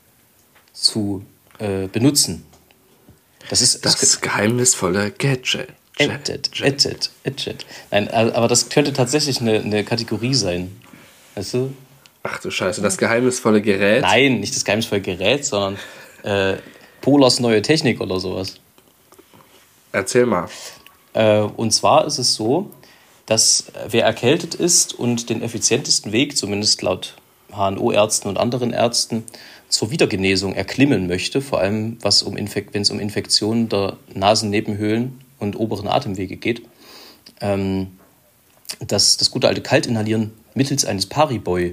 zu äh, benutzen. Das ist Das, das geheimnisvolle Gadget. Gadget, Gadget, Gadget. Nein, aber das könnte tatsächlich eine, eine Kategorie sein. Weißt du? Ach du Scheiße, das geheimnisvolle Gerät? Nein, nicht das geheimnisvolle Gerät, sondern äh, Polars neue Technik oder sowas. Erzähl mal. Äh, und zwar ist es so, dass wer erkältet ist und den effizientesten Weg, zumindest laut H N O-Ärzten und anderen Ärzten, zur Wiedergenesung erklimmen möchte, vor allem was um Infek- wenn es um Infektionen der Nasennebenhöhlen und oberen Atemwege geht, ähm, dass das gute alte Kaltinhalieren mittels eines Pariboys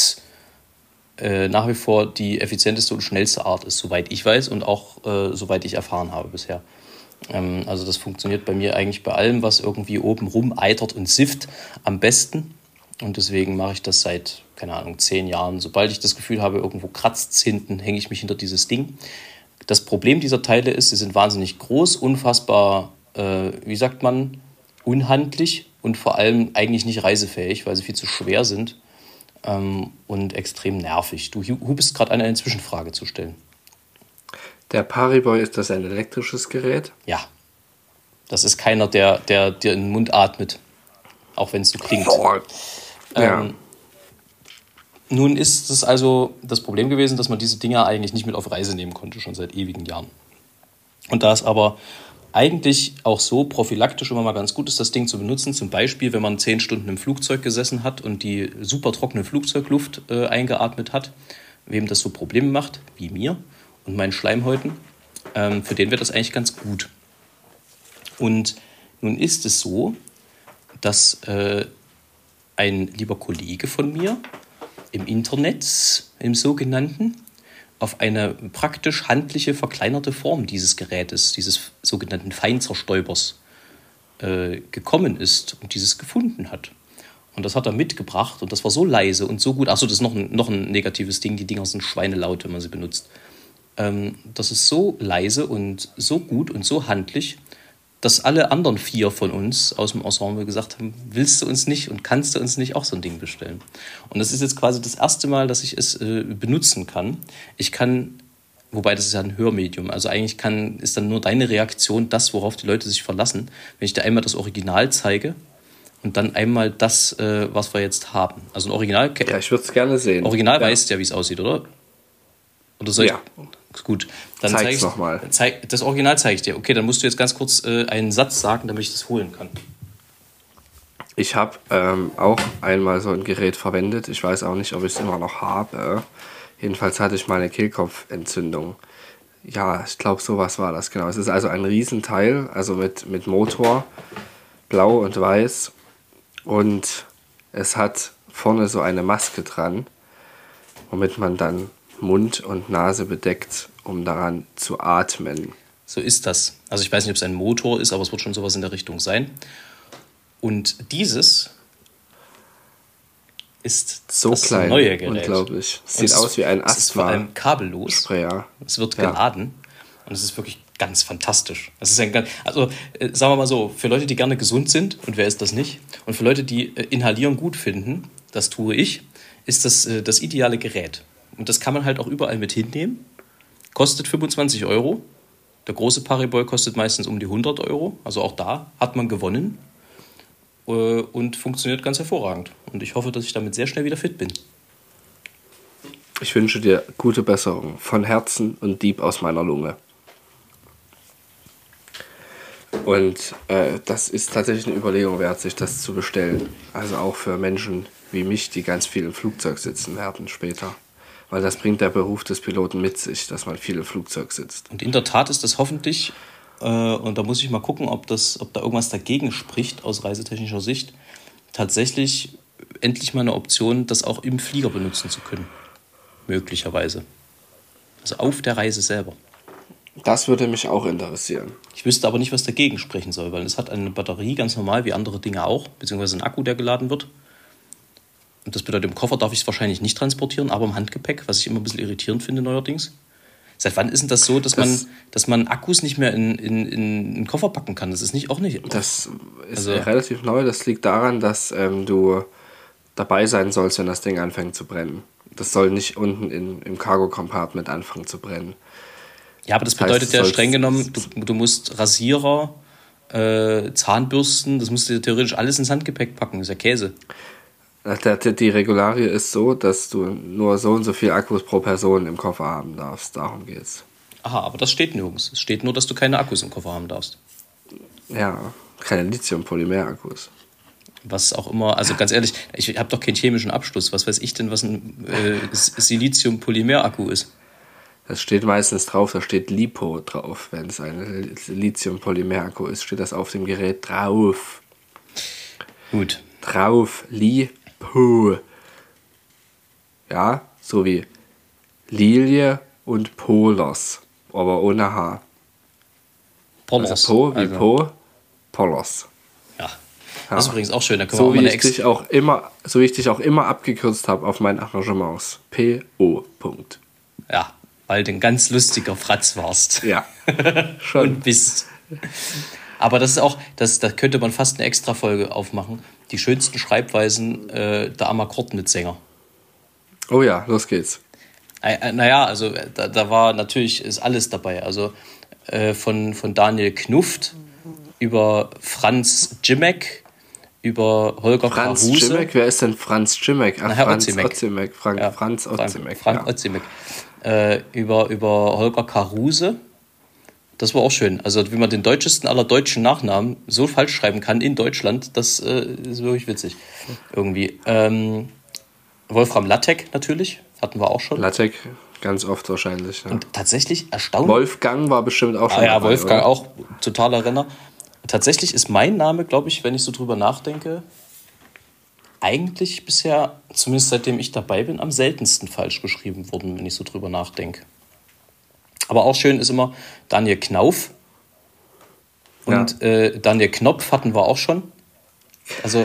äh, nach wie vor die effizienteste und schnellste Art ist, soweit ich weiß und auch äh, soweit ich erfahren habe bisher. Ähm, also das funktioniert bei mir eigentlich bei allem, was irgendwie oben rum eitert und sifft, am besten. Und deswegen mache ich das seit, keine Ahnung, zehn Jahren. Sobald ich das Gefühl habe, irgendwo kratzt es hinten, hänge ich mich hinter dieses Ding. Das Problem dieser Teile ist, sie sind wahnsinnig groß, unfassbar, äh, wie sagt man, unhandlich und vor allem eigentlich nicht reisefähig, weil sie viel zu schwer sind ähm, und extrem nervig. Du hubest gerade an, eine Zwischenfrage zu stellen. Der Pariboy, ist das ein elektrisches Gerät? Ja. Das ist keiner, der, der dir in den Mund atmet, auch wenn es so klingt. Ja. Ähm, nun ist es also das Problem gewesen, dass man diese Dinger eigentlich nicht mit auf Reise nehmen konnte, schon seit ewigen Jahren. Und da es aber eigentlich auch so prophylaktisch immer mal ganz gut ist, das Ding zu benutzen, zum Beispiel, wenn man zehn Stunden im Flugzeug gesessen hat und die super trockene Flugzeugluft äh, eingeatmet hat, wem das so Probleme macht, wie mir und meinen Schleimhäuten, ähm, für den wird das eigentlich ganz gut. Und nun ist es so, dass äh, ein lieber Kollege von mir im Internet, im sogenannten, auf eine praktisch handliche, verkleinerte Form dieses Gerätes, dieses sogenannten Feinzerstäubers, äh, gekommen ist und dieses gefunden hat. Und das hat er mitgebracht und das war so leise und so gut. Achso, das ist noch ein, noch ein negatives Ding, die Dinger sind schweinelaut, wenn man sie benutzt. Ähm, das ist so leise und so gut und so handlich, dass alle anderen vier von uns aus dem Ensemble gesagt haben, willst du uns nicht und kannst du uns nicht auch so ein Ding bestellen? Und das ist jetzt quasi das erste Mal, dass ich es äh, benutzen kann. Ich kann, wobei das ist ja ein Hörmedium, also eigentlich kann, ist dann nur deine Reaktion das, worauf die Leute sich verlassen, wenn ich dir einmal das Original zeige und dann einmal das, äh, was wir jetzt haben. Also ein Original... Ja, ich würde es gerne sehen. Original ja. weißt ja, wie es aussieht, oder? Oder soll ja. ich... Gut, dann Zeig's zeige ich nochmal. Zeig, das Original zeige ich dir. Okay, dann musst du jetzt ganz kurz äh, einen Satz sagen, damit ich das holen kann. Ich habe ähm, auch einmal so ein Gerät verwendet. Ich weiß auch nicht, ob ich es immer noch habe. Jedenfalls hatte ich mal eine Kehlkopfentzündung. Ja, ich glaube, sowas war das, genau. Es ist also ein Riesenteil, also mit, mit Motor, blau und weiß. Und es hat vorne so eine Maske dran, womit man dann Mund und Nase bedeckt, um daran zu atmen. So ist das. Also ich weiß nicht, ob es ein Motor ist, aber es wird schon sowas in der Richtung sein. Und dieses ist so das klein, neue Gerät. Unglaublich. Es sieht aus wie ein Asthma. Es ist vor allem kabellos. Sprayer. Es wird Ja. geladen und es ist wirklich ganz fantastisch. Es ist ein ganz, also äh, sagen wir mal so, für Leute, die gerne gesund sind, und wer ist das nicht, und für Leute, die äh, Inhalieren gut finden, das tue ich, ist das äh, das ideale Gerät. Und das kann man halt auch überall mit hinnehmen. Kostet fünfundzwanzig Euro. Der große Paribol kostet meistens um die hundert Euro. Also auch da hat man gewonnen. Äh, und funktioniert ganz hervorragend. Und ich hoffe, dass ich damit sehr schnell wieder fit bin. Ich wünsche dir gute Besserung. Von Herzen und Dieb aus meiner Lunge. Und äh, das ist tatsächlich eine Überlegung wert, sich das zu bestellen. Also auch für Menschen wie mich, die ganz viel im Flugzeug sitzen werden später. Weil das bringt der Beruf des Piloten mit sich, dass man viel im Flugzeug sitzt. Und in der Tat ist das hoffentlich, äh, und da muss ich mal gucken, ob, das, ob da irgendwas dagegen spricht aus reisetechnischer Sicht, tatsächlich endlich mal eine Option, das auch im Flieger benutzen zu können. Möglicherweise. Also auf der Reise selber. Das würde mich auch interessieren. Ich wüsste aber nicht, was dagegen sprechen soll, weil es hat eine Batterie, ganz normal, wie andere Dinge auch, beziehungsweise einen Akku, der geladen wird. Und das bedeutet, im Koffer darf ich es wahrscheinlich nicht transportieren, aber im Handgepäck, was ich immer ein bisschen irritierend finde neuerdings. Seit wann ist denn das so, dass, das, man, dass man Akkus nicht mehr in, in, in den Koffer packen kann? Das ist nicht auch nicht. Das ist also relativ neu. Das liegt daran, dass ähm, du dabei sein sollst, wenn das Ding anfängt zu brennen. Das soll nicht unten in, im Cargo-Compartment anfangen zu brennen. Ja, aber das, das bedeutet heißt, ja streng genommen, du, du musst Rasierer, äh, Zahnbürsten, das musst du theoretisch alles ins Handgepäck packen. Das ist ja Käse. Die Regularie ist so, dass du nur so und so viel Akkus pro Person im Koffer haben darfst. Darum geht's. Aha, aber das steht nirgends. Es steht nur, dass du keine Akkus im Koffer haben darfst. Ja, keine Lithium-Polymer-Akkus. Was auch immer, also ganz ehrlich, ich habe doch keinen chemischen Abschluss. Was weiß ich denn, was ein äh, Silizium-Polymer-Akku ist? Das steht meistens drauf, da steht Lipo drauf. Wenn es ein Lithium-Polymer-Akku ist, steht das auf dem Gerät drauf. Gut. Drauf, Lipo. Ja, so wie Lilie und Polos, aber ohne H. Polos. Also Po wie also. Po, Polos. Ja, das ist übrigens auch schön. Da können so, wir auch wie mal eine ich dich auch immer, so wie ich dich auch immer abgekürzt habe auf meinen Arrangements. P O. Punkt. Ja, weil du ein ganz lustiger Fratz warst. Ja, schon. Und bist. Aber das ist auch, das, da könnte man fast eine Extra-Folge aufmachen. Die schönsten Schreibweisen äh, der Amakord-Mitsänger. Oh ja, los geht's. Äh, naja, also da, da war natürlich ist alles dabei. Also äh, von, von Daniel Knuft über Franz Jimek, über Holger Franz Karuse. Jimek? Wer ist denn Franz Jimek? Ach, Herr Franz Ozimek. Ozimek. Frank, ja, Franz Ozimek. Frank, Frank ja. Ozimek. Äh, über, über Holger Karuse. Das war auch schön. Also wie man den deutschesten aller deutschen Nachnamen so falsch schreiben kann in Deutschland, das äh, ist wirklich witzig. Irgendwie. Ähm, Wolfram Lattek natürlich, hatten wir auch schon. Lattek, ganz oft wahrscheinlich. Ja. Und tatsächlich erstaunlich. Wolfgang war bestimmt auch schon ah, ja, dabei, Wolfgang oder? Auch, totaler Renner. Tatsächlich ist mein Name, glaube ich, wenn ich so drüber nachdenke, eigentlich bisher, zumindest seitdem ich dabei bin, am seltensten falsch geschrieben worden, wenn ich so drüber nachdenke. Aber auch schön ist immer Daniel Knauf und ja. äh, Daniel Knopf hatten wir auch schon. Also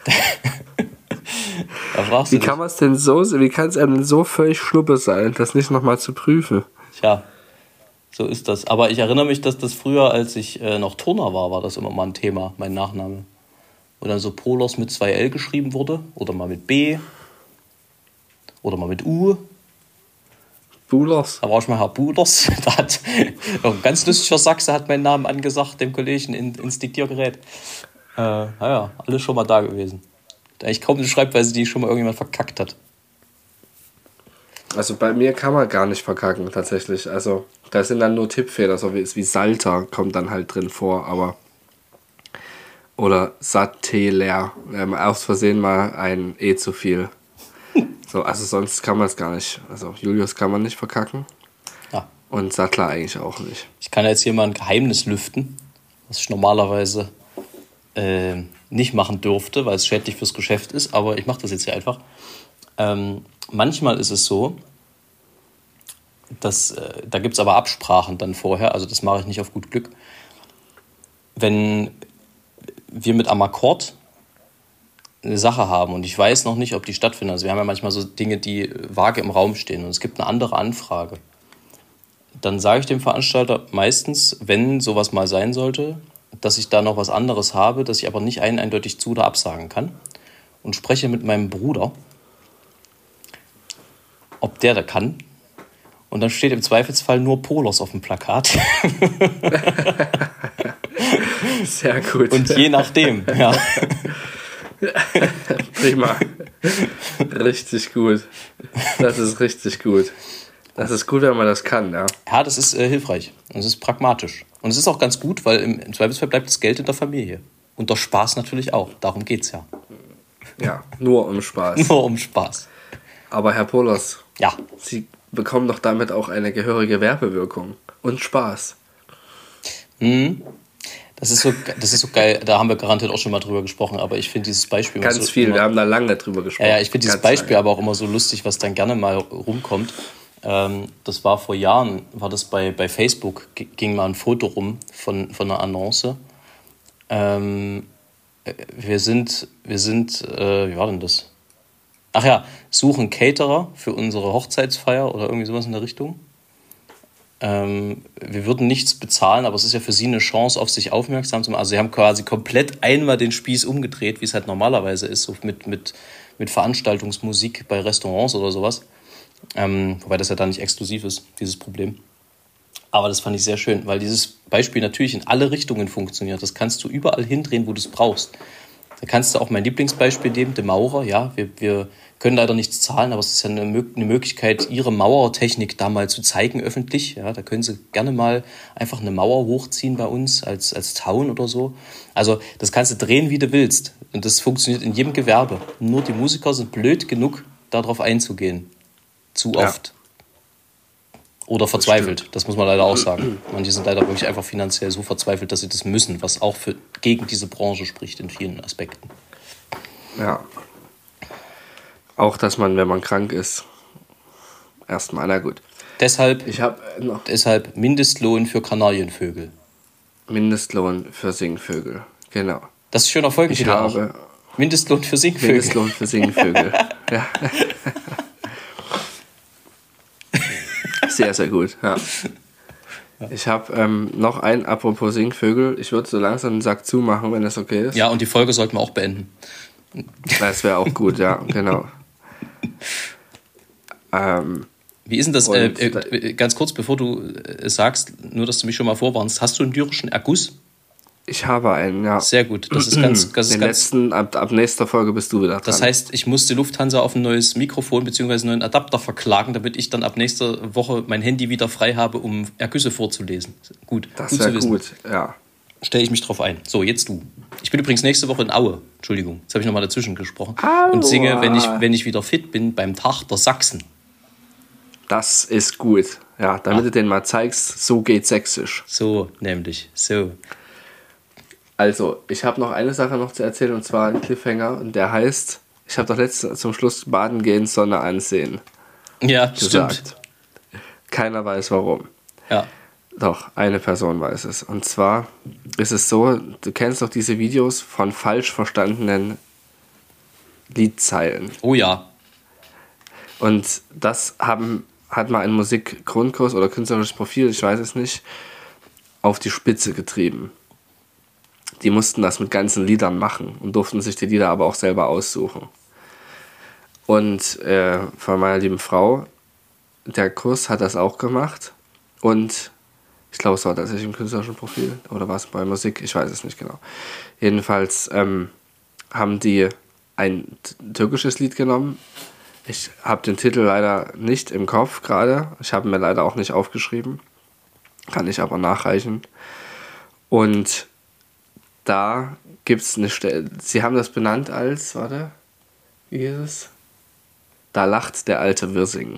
da fragst du wie kann man es denn so, wie kann es einem so völlig schnuppe sein, das nicht nochmal zu prüfen? Tja, so ist das. Aber ich erinnere mich, dass das früher, als ich äh, noch Turner war, war das immer mal ein Thema, mein Nachname. Wo dann so Polos mit zwei L geschrieben wurde oder mal mit B oder mal mit U. Buhlers. Da war ich mal Herr Buhlers. Da hat ein ganz lustiger Sachse hat meinen Namen angesagt, dem Kollegen in, ins Diktiergerät. Äh, naja, alles schon mal da gewesen. Eigentlich kaum eine Schreibweise, die schon mal irgendjemand verkackt hat. Also bei mir kann man gar nicht verkacken, tatsächlich. Also da sind dann nur Tippfehler, so wie, wie Salter kommt dann halt drin vor, aber oder Sateller. Wir haben aus Versehen mal ein E zu viel. So, also sonst kann man es gar nicht. Also Julius kann man nicht verkacken. Ja. Und Sattler eigentlich auch nicht. Ich kann jetzt hier mal ein Geheimnis lüften, was ich normalerweise äh, nicht machen dürfte, weil es schädlich fürs Geschäft ist, aber ich mache das jetzt hier einfach. Ähm, manchmal ist es so, dass, äh, da gibt es aber Absprachen dann vorher, also das mache ich nicht auf gut Glück. Wenn wir mit Amakord eine Sache haben und ich weiß noch nicht, ob die stattfinden. Also wir haben ja manchmal so Dinge, die vage im Raum stehen und es gibt eine andere Anfrage. Dann sage ich dem Veranstalter meistens, wenn sowas mal sein sollte, dass ich da noch was anderes habe, das ich aber nicht ein eindeutig zu- oder absagen kann und spreche mit meinem Bruder ob der da kann. Und dann steht im Zweifelsfall nur Polos auf dem Plakat. Sehr gut. Und je nachdem, ja. Prima. Richtig gut. Das ist richtig gut. Das ist gut, wenn man das kann, ja. Ja, das ist äh, hilfreich. Und es ist pragmatisch. Und es ist auch ganz gut, weil im, im Zweifelsfall bleibt das Geld in der Familie. Und der Spaß natürlich auch. Darum geht's ja. Ja, nur um Spaß. Nur um Spaß. Aber Herr Polos, ja. Sie bekommen doch damit auch eine gehörige Werbewirkung. Und Spaß. Mhm. Das ist, so, das ist so geil, da haben wir garantiert auch schon mal drüber gesprochen, aber ich finde dieses Beispiel... Ganz so viel, immer, wir haben da lange drüber gesprochen. Ja, ja ich finde dieses Ganz Beispiel lange. aber auch immer so lustig, was dann gerne mal rumkommt. Ähm, das war vor Jahren, war das bei, bei Facebook, g- ging mal ein Foto rum von, von einer Annonce. Ähm, wir sind, wir sind, äh, wie war denn das? Ach ja, suchen Caterer für unsere Hochzeitsfeier oder irgendwie sowas in der Richtung. Ähm, wir würden nichts bezahlen, aber es ist ja für sie eine Chance, auf sich aufmerksam zu machen. Also sie haben quasi komplett einmal den Spieß umgedreht, wie es halt normalerweise ist, so mit, mit, mit Veranstaltungsmusik bei Restaurants oder sowas. Ähm, wobei das ja da nicht exklusiv ist, dieses Problem. Aber das fand ich sehr schön, weil dieses Beispiel natürlich in alle Richtungen funktioniert. Das kannst du überall hindrehen, wo du es brauchst. Da kannst du auch mein Lieblingsbeispiel nehmen, der Maurer. Ja, wir, wir können leider nichts zahlen, aber es ist ja eine, eine Möglichkeit, ihre Mauertechnik da mal zu zeigen öffentlich. Ja, da können sie gerne mal einfach eine Mauer hochziehen bei uns als, als Town oder so. Also das kannst du drehen, wie du willst. Und das funktioniert in jedem Gewerbe. Nur die Musiker sind blöd genug, darauf einzugehen. Zu oft. Ja. Oder verzweifelt, das, das muss man leider auch sagen. Manche sind leider wirklich einfach finanziell so verzweifelt, dass sie das müssen, was auch für, gegen diese Branche spricht in vielen Aspekten. Ja. Auch, dass man, wenn man krank ist, erstmal, na gut. Deshalb, ich hab noch deshalb Mindestlohn für Kanarienvögel. Mindestlohn für Singvögel, genau. Das ist ein schöner Folgentitel. Ich habe Mindestlohn für Singvögel. Mindestlohn für Singvögel, ja. Sehr, sehr gut, ja. Ich habe ähm, noch ein, apropos Singvögel, ich würde so langsam den Sack zumachen, wenn das okay ist. Ja, und die Folge sollten wir auch beenden. Das wäre auch gut, ja, genau. Ähm, Wie ist denn das, äh, äh, ganz kurz, bevor du äh, sagst, nur, dass du mich schon mal vorwarnst, hast du einen lyrischen Erguss? Ich habe einen, ja. Sehr gut, das ist ganz... Das Den ist ganz, letzten, ab, ab nächster Folge bist du wieder dran. Das heißt, ich muss die Lufthansa auf ein neues Mikrofon bzw. einen neuen Adapter verklagen, damit ich dann ab nächster Woche mein Handy wieder frei habe, um Ergüsse vorzulesen. Gut, das wäre gut, ja. Stelle ich mich drauf ein. So, jetzt du. Ich bin übrigens nächste Woche in Aue. Entschuldigung, jetzt habe ich nochmal dazwischen gesprochen. Aua. Und singe, wenn ich, wenn ich wieder fit bin, beim Tag der Sachsen. Das ist gut. Ja, damit ja. du den mal zeigst, so geht Sächsisch. So, nämlich. So. Also, ich habe noch eine Sache noch zu erzählen, und zwar ein Cliffhanger. Und der heißt, ich habe doch letztens zum Schluss Baden gehen, Sonne ansehen. Ja, gesagt. Stimmt. Keiner weiß warum. Ja. Doch, eine Person weiß es. Und zwar ist es so, du kennst doch diese Videos von falsch verstandenen Liedzeilen. Oh ja. Und das haben, hat mal ein Musikgrundkurs oder künstlerisches Profil, ich weiß es nicht, auf die Spitze getrieben. Die mussten das mit ganzen Liedern machen und durften sich die Lieder aber auch selber aussuchen. Und äh, von meiner lieben Frau, der Kurs hat das auch gemacht. Und ich glaube, es war tatsächlich im künstlerischen Profil. Oder war es bei Musik? Ich weiß es nicht genau. Jedenfalls ähm, haben die ein türkisches Lied genommen. Ich habe den Titel leider nicht im Kopf gerade. Ich habe mir leider auch nicht aufgeschrieben. Kann ich aber nachreichen. Und da gibt es eine Stelle, sie haben das benannt als, warte, wie ist es? Da lacht der alte Wirsing.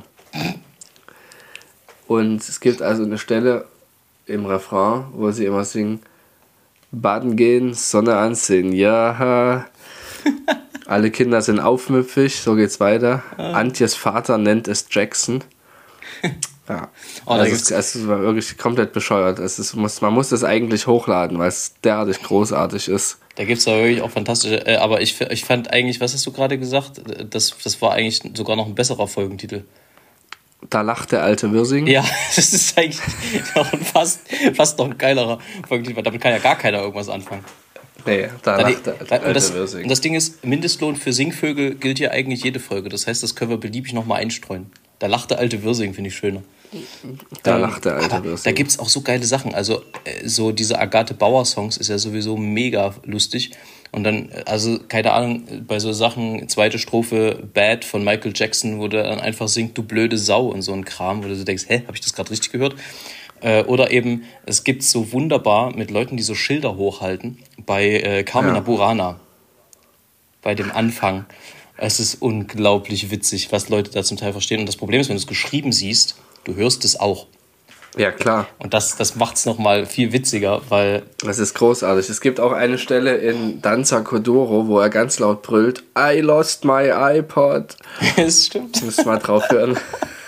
Und es gibt also eine Stelle im Refrain, wo sie immer singen, Baden gehen, Sonne ansehen, ja. Alle Kinder sind aufmüpfig, so geht's weiter. Antjes Vater nennt es Jackson. Ja, oh, also es, es ist wirklich komplett bescheuert. Es ist, muss, man muss das eigentlich hochladen, weil es derartig großartig ist. Da gibt es ja wirklich auch fantastische, äh, aber ich, ich fand eigentlich, was hast du gerade gesagt? Das, das war eigentlich sogar noch ein besserer Folgentitel. Da lacht der alte Wirsing. Ja, das ist eigentlich noch fast, fast noch ein geilerer Folgentitel, weil damit kann ja gar keiner irgendwas anfangen. Nee, da da lacht der da, alte das, Wirsing. Und das Ding ist, Mindestlohn für Singvögel gilt ja eigentlich jede Folge. Das heißt, das können wir beliebig nochmal einstreuen. Da lacht der alte Wirsing, finde ich schöner. Da Ähm, lacht der alte aber Wirsing. da gibt es auch so geile Sachen. Also, äh, so diese Agathe Bauer-Songs ist ja sowieso mega lustig. Und dann, äh, also, keine Ahnung, bei so Sachen, zweite Strophe Bad von Michael Jackson, wo der dann einfach singt, du blöde Sau und so ein Kram, wo du so denkst, hä, habe ich das gerade richtig gehört? Äh, oder eben, es gibt so wunderbar mit Leuten, die so Schilder hochhalten, bei äh, Carmina Ja. Burana, bei dem Anfang. Es ist unglaublich witzig, was Leute da zum Teil verstehen. Und das Problem ist, wenn du es geschrieben siehst, du hörst es auch. Ja, klar. Und das, das macht es nochmal viel witziger, weil Das ist großartig. Es gibt auch eine Stelle in Danza Kuduro, wo er ganz laut brüllt, I lost my iPod. es stimmt. Müsst mal drauf hören.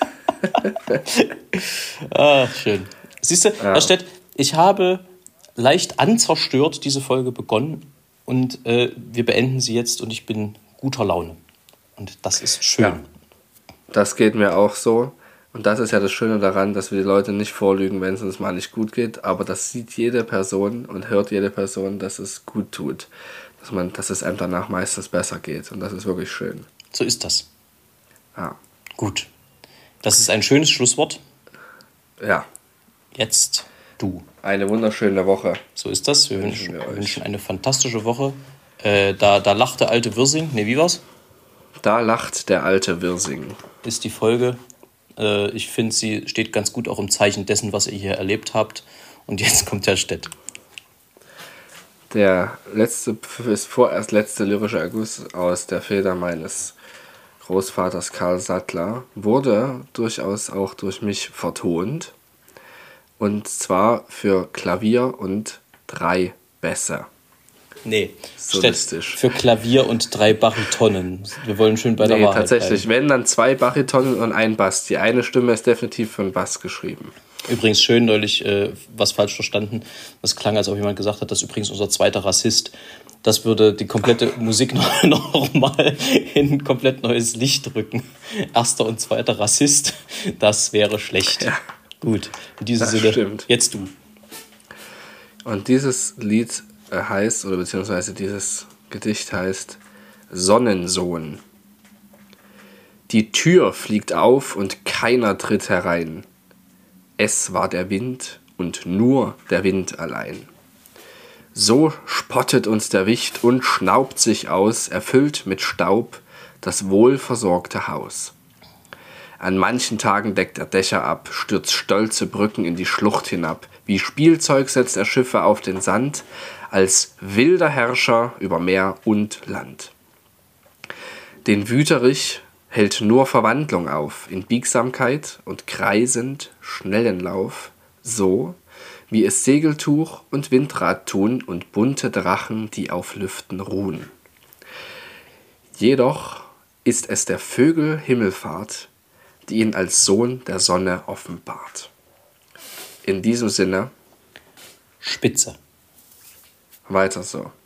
Ah, schön. Siehst du, Herr Stett, ich habe leicht anzerstört diese Folge begonnen und äh, wir beenden sie jetzt und ich bin guter Laune. Und das ist schön. Ja. Das geht mir auch so. Und das ist ja das Schöne daran, dass wir die Leute nicht vorlügen, wenn es uns mal nicht gut geht. Aber das sieht jede Person und hört jede Person, dass es gut tut. Dass, man, dass es einem danach meistens besser geht. Und das ist wirklich schön. So ist das. Ja. Gut. Das ist ein schönes Schlusswort. Ja. Jetzt du. Eine wunderschöne Woche. So ist das. Wir Wünschen wünschen, wir euch. wünschen eine fantastische Woche. Äh, da, da lacht der alte Wirsing. Ne, wie war's? Da lacht der alte Wirsing. Ist die Folge. Äh, ich finde, sie steht ganz gut auch im Zeichen dessen, was ihr hier erlebt habt. Und jetzt kommt Herr Stett. Der letzte, ist vorerst letzte lyrische Erguss aus der Feder meines Großvaters Karl Sattler wurde durchaus auch durch mich vertont. Und zwar für Klavier und drei Bässe. Nee, Solistisch. Stett, für Klavier und drei Baritonen. Wir wollen schön bei der Nee, Wahrheit tatsächlich, bleiben. wenn dann zwei Baritonen und ein Bass. Die eine Stimme ist definitiv für einen Bass geschrieben. Übrigens schön neulich äh, was falsch verstanden. Das klang, als ob jemand gesagt hat, das ist übrigens unser zweiter Rassist. Das würde die komplette Musik noch, noch mal in ein komplett neues Licht rücken. Erster und zweiter Rassist, das wäre schlecht. Ja. Gut, in diesem Das Sinne, stimmt. jetzt du. Und dieses Lied äh, heißt, oder beziehungsweise dieses Gedicht heißt Sonnensohn. Die Tür fliegt auf und keiner tritt herein. Es war der Wind und nur der Wind allein. So spottet uns der Wicht und schnaubt sich aus, erfüllt mit Staub das wohlversorgte Haus. An manchen Tagen deckt er Dächer ab, stürzt stolze Brücken in die Schlucht hinab. Wie Spielzeug setzt er Schiffe auf den Sand, als wilder Herrscher über Meer und Land. Den Wüterich hält nur Verwandlung auf, in Biegsamkeit und kreisend schnellen Lauf, so wie es Segeltuch und Windrad tun und bunte Drachen, die auf Lüften ruhen. Jedoch ist es der Vögel Himmelfahrt, die ihn als Sohn der Sonne offenbart. In diesem Sinne, Spitze. weiter so.